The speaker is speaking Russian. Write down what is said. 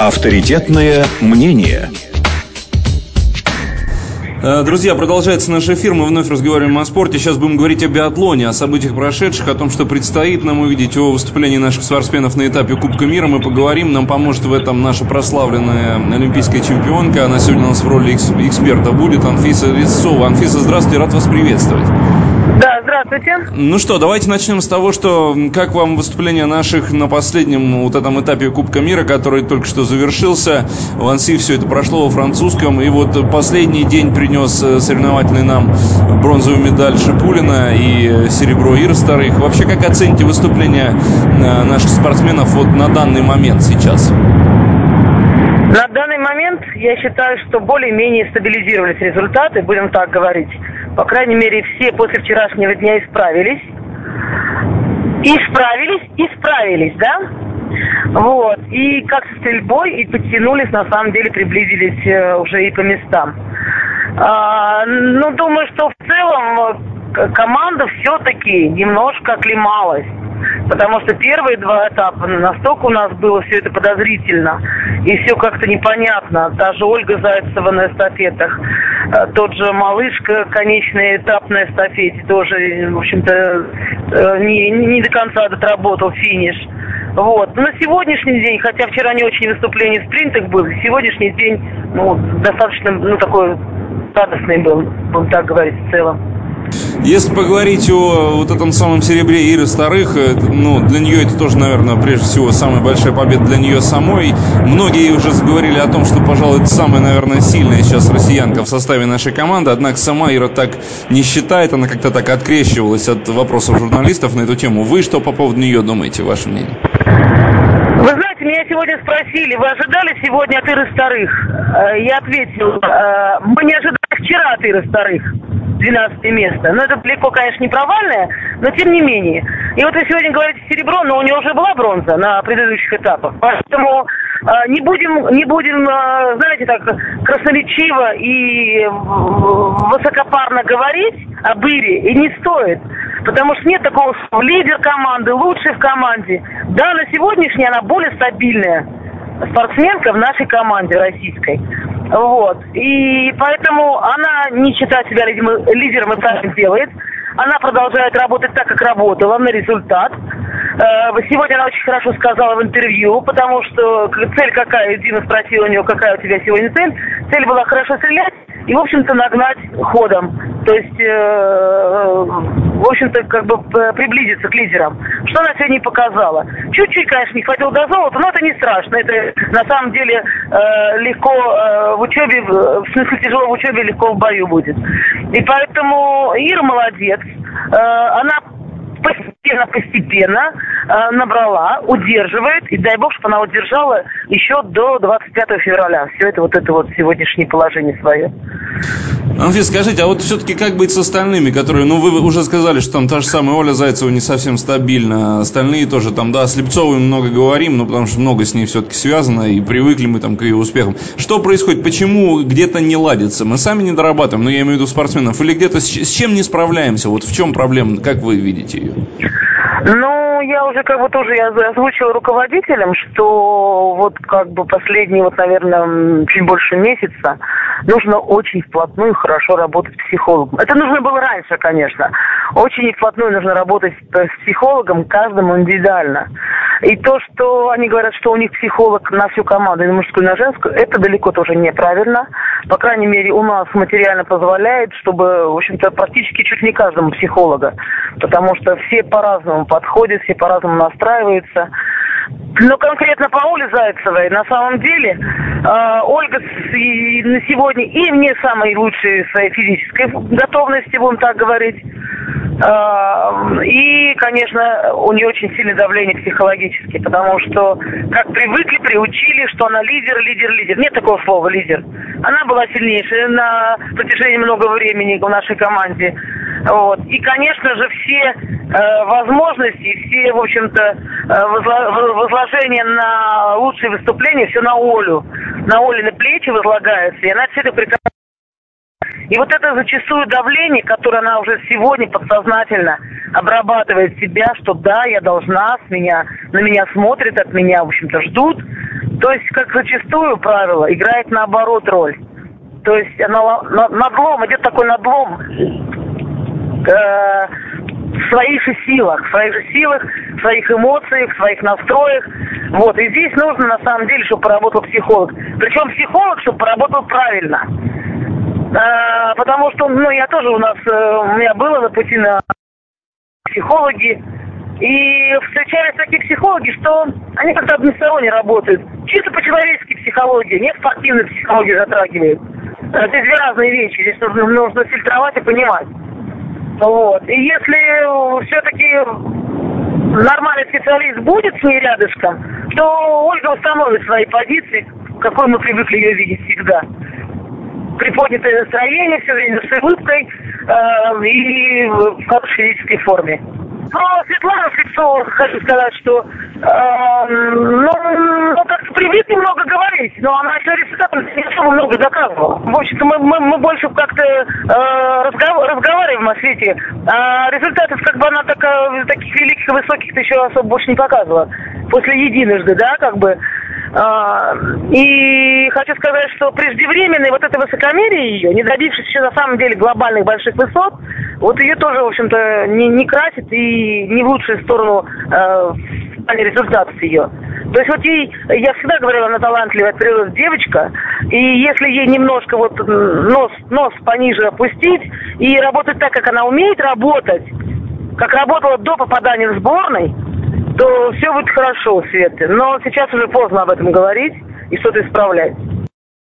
Авторитетное мнение. Друзья, продолжается наш эфир, мы вновь разговариваем о спорте. Сейчас будем говорить о биатлоне, о событиях прошедших, о том, что предстоит нам увидеть, о выступлении наших спортсменов на этапе Кубка мира. Мы поговорим, нам поможет в этом наша прославленная олимпийская чемпионка. Она сегодня у нас в роли эксперта будет, Анфиса Резцова. Анфиса, здравствуйте, рад вас приветствовать. Да, здравствуйте. Ну что, давайте начнем с того, что как вам выступление наших на последнем вот этом этапе Кубка мира, который только что завершился. В Анси все это прошло во французском, и вот последний день принес соревновательный нам бронзовую медаль Шипулина и серебро Иры Старых. Вообще, как оцените выступление наших спортсменов вот на данный момент сейчас? На данный момент я считаю, что более-менее стабилизировались результаты, будем так говорить. По крайней мере, все после вчерашнего дня исправились, да? Вот. И как со стрельбой, и подтянулись, на самом деле, приблизились уже и по местам. Думаю, что в целом команда все-таки немножко оклемалась. Потому что первые два этапа настолько у нас было все это подозрительно и все как-то непонятно. Та же Ольга Зайцева на эстафетах, тот же Малышка, конечный этап на эстафете, тоже, в общем-то, не до конца отработал финиш. Вот. Но на сегодняшний день, хотя вчера не очень выступление в спринтах было, сегодняшний день достаточно такой радостный был, будем так говорить, в целом. Если поговорить о вот этом самом серебре Иры Старых, для нее это тоже, наверное, прежде всего самая большая победа для нее самой. Многие уже заговорили о том, что, пожалуй, это самая, наверное, сильная сейчас россиянка в составе нашей команды. Однако сама Ира так не считает, она как-то так открещивалась от вопросов журналистов на эту тему. Вы что по поводу нее думаете, ваше мнение? Вы знаете, меня сегодня спросили, вы ожидали сегодня от Иры Старых? Я ответил, мы не ожидали вчера от Иры Старых. 12 место. Это далеко, конечно, не провальное, но тем не менее. И вот вы сегодня говорите серебро, но у него уже была бронза на предыдущих этапах. Поэтому не будем, знаете, так красноречиво и высокопарно говорить об Ире, и не стоит. Потому что нет такого лидер команды, лучший в команде. Да, на сегодняшний она более стабильная спортсменка в нашей команде российской. Вот. И поэтому она не считает себя лидером и правильно делает. Она продолжает работать так, как работала, на результат. Сегодня она очень хорошо сказала в интервью, потому что цель какая? Дима спросил у нее, какая у тебя сегодня цель. Цель была хорошо стрелять и, в общем-то, нагнать ходом. То есть, в общем-то, приблизиться к лидерам. Что она сегодня и показала. Чуть-чуть, конечно, не хватило до золота, но это не страшно. Это, на самом деле, легко в учебе, в смысле тяжело в учебе, легко в бою будет. И поэтому Ира молодец. Она постепенно набрала, удерживает, и дай бог, чтобы она удержала еще до 25 февраля. Все это вот сегодняшнее положение свое. Анфис, скажите, а вот все-таки как быть с остальными, которые, вы уже сказали, что там та же самая Оля Зайцева не совсем стабильна, остальные тоже там, да, о Слепцовой много говорим, потому что много с ней все-таки связано, и привыкли мы там к ее успехам. Что происходит, почему где-то не ладится? Мы сами не дорабатываем, я имею в виду спортсменов, или где-то с чем не справляемся? Вот в чем проблема, как вы видите ее? Я уже тоже озвучила руководителям, что последние, наверное, чуть больше месяца нужно очень вплотную хорошо работать с психологом. Это нужно было раньше, конечно. Очень вплотную нужно работать с психологом, каждому индивидуально. И то, что они говорят, что у них психолог на всю команду, и на мужскую, и на женскую, это далеко тоже неправильно. По крайней мере, у нас материально позволяет, чтобы, в общем-то, практически чуть не каждому психолога. Потому что все по-разному подходят, все по-разному настраиваются. Но конкретно по Оле Зайцевой, на самом деле, Ольга на сегодня и не самой лучшей своей физической готовности, будем так говорить. И, конечно, у нее очень сильное давление психологически, потому что как привыкли, приучили, что она лидер. Нет такого слова лидер. Она была сильнейшая на протяжении многого времени в нашей команде. Вот. И, конечно же, все возможности, все, в общем-то, возложения на лучшие выступления, все на Олю. На Олины плечи возлагается, и она все это прекрасно. И вот это зачастую давление, которое она уже сегодня подсознательно обрабатывает себя, что да, я должна, на меня смотрят, от меня, в общем-то, ждут. То есть, как зачастую правило, играет наоборот роль. То есть, надлом, идет такой надлом в своих же силах, в своих эмоциях, в своих настроях. Вот, и здесь нужно, на самом деле, чтобы поработал психолог. Причем психолог, чтобы поработал правильно. Потому что, я тоже у меня было на пути на психологи, и встречались такие психологи, что они как-то односторонне работают. Чисто по-человечески психология, не спортивную психологию затрагивают. Здесь две разные вещи, здесь нужно фильтровать и понимать. Вот. И если все-таки нормальный специалист будет с ней рядышком, то Ольга восстановит свои позиции, какой мы привыкли ее видеть всегда. Приподнятое настроение, все время с улыбкой и в хорошей физической форме. Про Светлану Слепцову хочу сказать, что как-то привыкли много говорить, но она еще результатом не особо много доказывала. В общем-то, мы больше как-то разговариваем о свете, а результатов как бы она таких великих и высоких еще особо больше не показывала. После единожды, да, как бы. И хочу сказать, что преждевременное вот это высокомерие ее, не добившись еще на самом деле глобальных больших высот, вот ее тоже, в общем-то, не красит и не в лучшую сторону в плане результатов ее. То есть вот ей, я всегда говорила, она талантливая от природы девочка, и если ей немножко вот нос пониже опустить и работать так, как она умеет работать, как работала до попадания в сборной, то все будет хорошо, Света. Но сейчас уже поздно об этом говорить и что-то исправлять.